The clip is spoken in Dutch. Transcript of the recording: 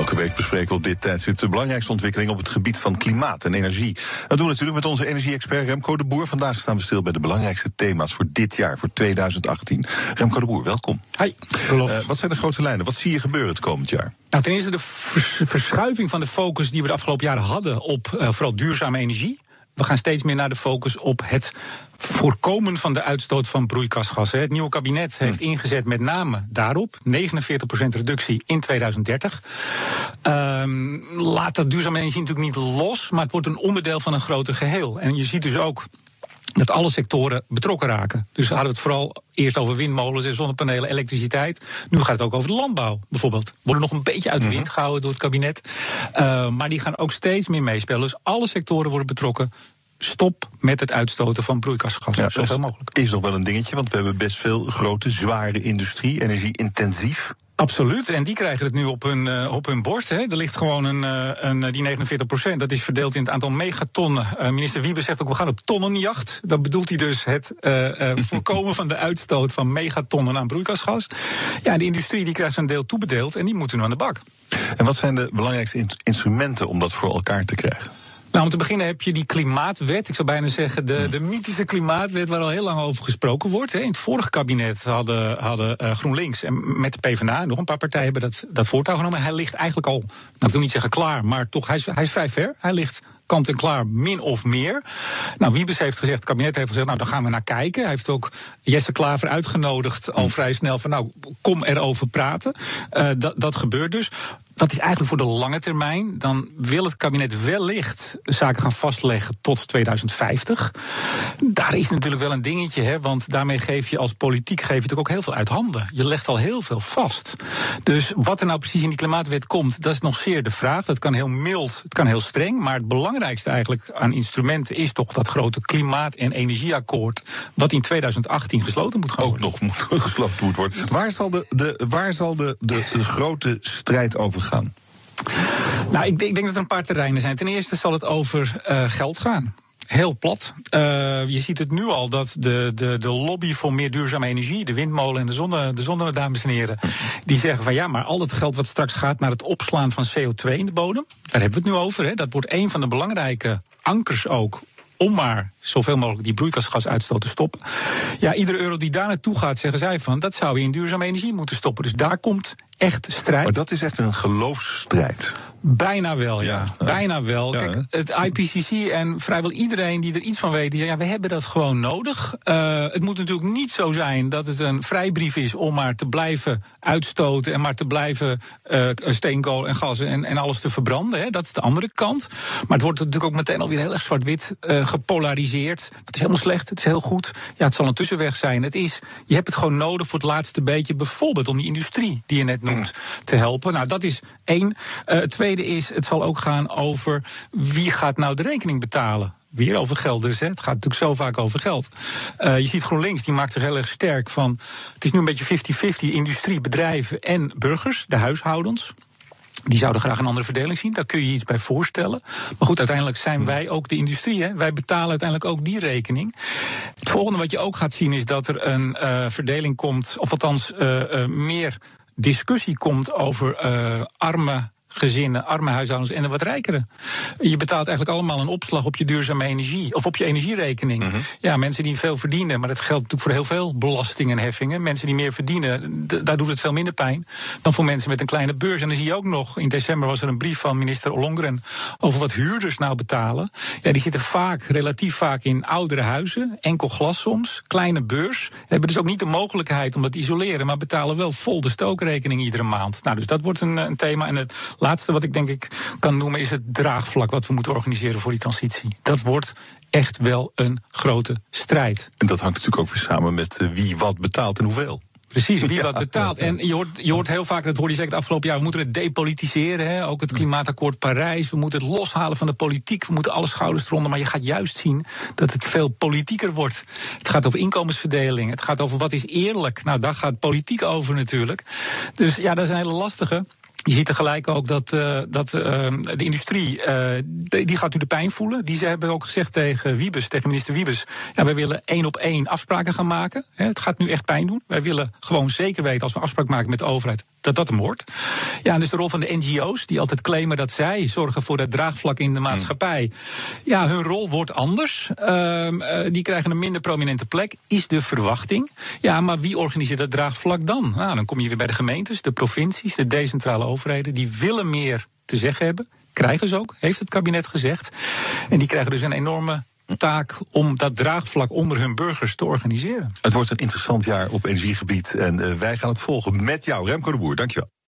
Elke week bespreken we op dit tijdstip de belangrijkste ontwikkelingen op het gebied van klimaat en energie. Dat doen we natuurlijk met onze energie-expert Remco de Boer. Vandaag staan we stil bij de belangrijkste thema's voor dit jaar, voor 2018. Remco de Boer, welkom. Hi, wat zijn de grote lijnen? Wat zie je gebeuren het komend jaar? Nou, ten eerste de verschuiving van de focus die we de afgelopen jaren hadden op vooral duurzame energie. We gaan steeds meer naar de focus op het voorkomen van de uitstoot van broeikasgassen. Het nieuwe kabinet heeft ingezet met name daarop. 49% reductie in 2030. Laat dat duurzame energie natuurlijk niet los, maar het wordt een onderdeel van een groter geheel. En je ziet dus ook dat alle sectoren betrokken raken. Dus hadden we het vooral eerst over windmolens en zonnepanelen, elektriciteit. Nu gaat het ook over de landbouw, bijvoorbeeld. Worden nog een beetje uit de wind gehouden door het kabinet. Maar die gaan ook steeds meer meespelen. Dus alle sectoren worden betrokken. Stop met het uitstoten van broeikasgassen, ja, zoveel mogelijk. Is nog wel een dingetje, want we hebben best veel grote, zware industrie, energie-intensief. Absoluut, en die krijgen het nu op hun bord. Hè. Er ligt gewoon die 49%, dat is verdeeld in het aantal megatonnen. Minister Wiebes zegt ook, we gaan op tonnenjacht. Dan bedoelt hij dus het voorkomen van de uitstoot van megatonnen aan broeikasgas. Ja, de industrie die krijgt zijn deel toebedeeld en die moeten nu aan de bak. En wat zijn de belangrijkste instrumenten om dat voor elkaar te krijgen? Nou, om te beginnen heb je die klimaatwet. Ik zou bijna zeggen de mythische klimaatwet waar al heel lang over gesproken wordt. In het vorige kabinet hadden GroenLinks en met de PvdA en nog een paar partijen hebben dat voortouw genomen. Hij ligt eigenlijk al, nou, ik wil niet zeggen klaar, maar toch, hij is vrij ver. Hij ligt kant en klaar, min of meer. Nou, Wiebes heeft gezegd, het kabinet heeft gezegd, nou, daar gaan we naar kijken. Hij heeft ook Jesse Klaver uitgenodigd al vrij snel van, nou, kom erover praten. Dat gebeurt dus. Dat is eigenlijk voor de lange termijn. Dan wil het kabinet wellicht zaken gaan vastleggen tot 2050. Daar is natuurlijk wel een dingetje, hè, want daarmee geef je als politiek natuurlijk ook heel veel uit handen. Je legt al heel veel vast. Dus wat er nou precies in die klimaatwet komt, dat is nog zeer de vraag. Dat kan heel mild, het kan heel streng, maar het belangrijkste eigenlijk aan instrumenten is toch dat grote klimaat- en energieakkoord wat in 2018 gesloten moet gaan worden. Ook nog gesloten moet worden. Waar zal de grote strijd over gaan? Nou, ik denk dat er een paar terreinen zijn. Ten eerste zal het over geld gaan. Heel plat. Je ziet het nu al dat de lobby voor meer duurzame energie, de windmolen en de zonne, dames en heren, die zeggen van ja, maar al dat geld wat straks gaat naar het opslaan van CO2 in de bodem, daar hebben we het nu over. Hè. Dat wordt een van de belangrijke ankers ook om maar zoveel mogelijk die broeikasgasuitstoot te stoppen. Ja, iedere euro die daar naartoe gaat, zeggen zij van, dat zou je in duurzame energie moeten stoppen. Dus daar komt echt strijd. Maar dat is echt een geloofsstrijd. Bijna wel, ja. Bijna wel. Ja, kijk, het IPCC en vrijwel iedereen die er iets van weet, die zegt, ja, we hebben dat gewoon nodig. Het moet natuurlijk niet zo zijn dat het een vrijbrief is om maar te blijven uitstoten en maar te blijven steenkool en gas en alles te verbranden. Hè. Dat is de andere kant. Maar het wordt natuurlijk ook meteen alweer heel erg zwart-wit gepolariseerd. Het is helemaal slecht, het is heel goed. Ja, het zal een tussenweg zijn. Je hebt het gewoon nodig voor het laatste beetje, bijvoorbeeld om die industrie die je net noemt te helpen. Nou, dat is één. Het tweede is, het zal ook gaan over wie gaat nou de rekening betalen. Weer over geld dus, hè. Het gaat natuurlijk zo vaak over geld. Je ziet GroenLinks, die maakt zich heel erg sterk van, het is nu een beetje 50-50, industrie, bedrijven en burgers, de huishoudens. Die zouden graag een andere verdeling zien, daar kun je je iets bij voorstellen. Maar goed, uiteindelijk zijn wij ook de industrie. Hè. Wij betalen uiteindelijk ook die rekening. Het volgende wat je ook gaat zien is dat er een verdeling komt, of althans meer discussie komt over arme gezinnen, arme huishoudens en de wat rijkere. Je betaalt eigenlijk allemaal een opslag op je duurzame energie, of op je energierekening. Ja, mensen die veel verdienen, maar dat geldt natuurlijk voor heel veel belastingen en heffingen. Mensen die meer verdienen, daar doet het veel minder pijn dan voor mensen met een kleine beurs. En dan zie je ook nog, in december was er een brief van minister Ollongren over wat huurders nou betalen. Ja, die zitten relatief vaak in oudere huizen, enkel glas soms, kleine beurs, hebben dus ook niet de mogelijkheid om dat te isoleren, maar betalen wel vol de stookrekening iedere maand. Nou, dus dat wordt een thema. En het laatste wat ik denk ik kan noemen is het draagvlak wat we moeten organiseren voor die transitie. Dat wordt echt wel een grote strijd. En dat hangt natuurlijk ook weer samen met wie wat betaalt en hoeveel. Precies, wie wat betaalt. En je hoort heel vaak, dat hoorde je zeker het afgelopen jaar, we moeten het depolitiseren. Hè? Ook het klimaatakkoord Parijs. We moeten het loshalen van de politiek. We moeten alle schouders eronder. Maar je gaat juist zien dat het veel politieker wordt. Het gaat over inkomensverdeling. Het gaat over wat is eerlijk. Nou, daar gaat politiek over natuurlijk. Dus ja, dat is een hele lastige. Je ziet tegelijk ook dat de industrie, die gaat nu de pijn voelen. Die ze hebben ook gezegd tegen minister Wiebes, ja, wij willen 1-op-1 afspraken gaan maken. Het gaat nu echt pijn doen. Wij willen gewoon zeker weten, als we afspraak maken met de overheid, dat hem wordt. Ja, en dus de rol van de NGO's, die altijd claimen dat zij zorgen voor dat draagvlak in de maatschappij. Ja, hun rol wordt anders. Die krijgen een minder prominente plek, is de verwachting. Ja, maar wie organiseert dat draagvlak dan? Nou, dan kom je weer bij de gemeentes, de provincies, de decentrale overheden. Die willen meer te zeggen hebben. Krijgen ze ook, heeft het kabinet gezegd. En die krijgen dus een enorme taak om dat draagvlak onder hun burgers te organiseren. Het wordt een interessant jaar op energiegebied en wij gaan het volgen met jou, Remco de Boer. Dankjewel.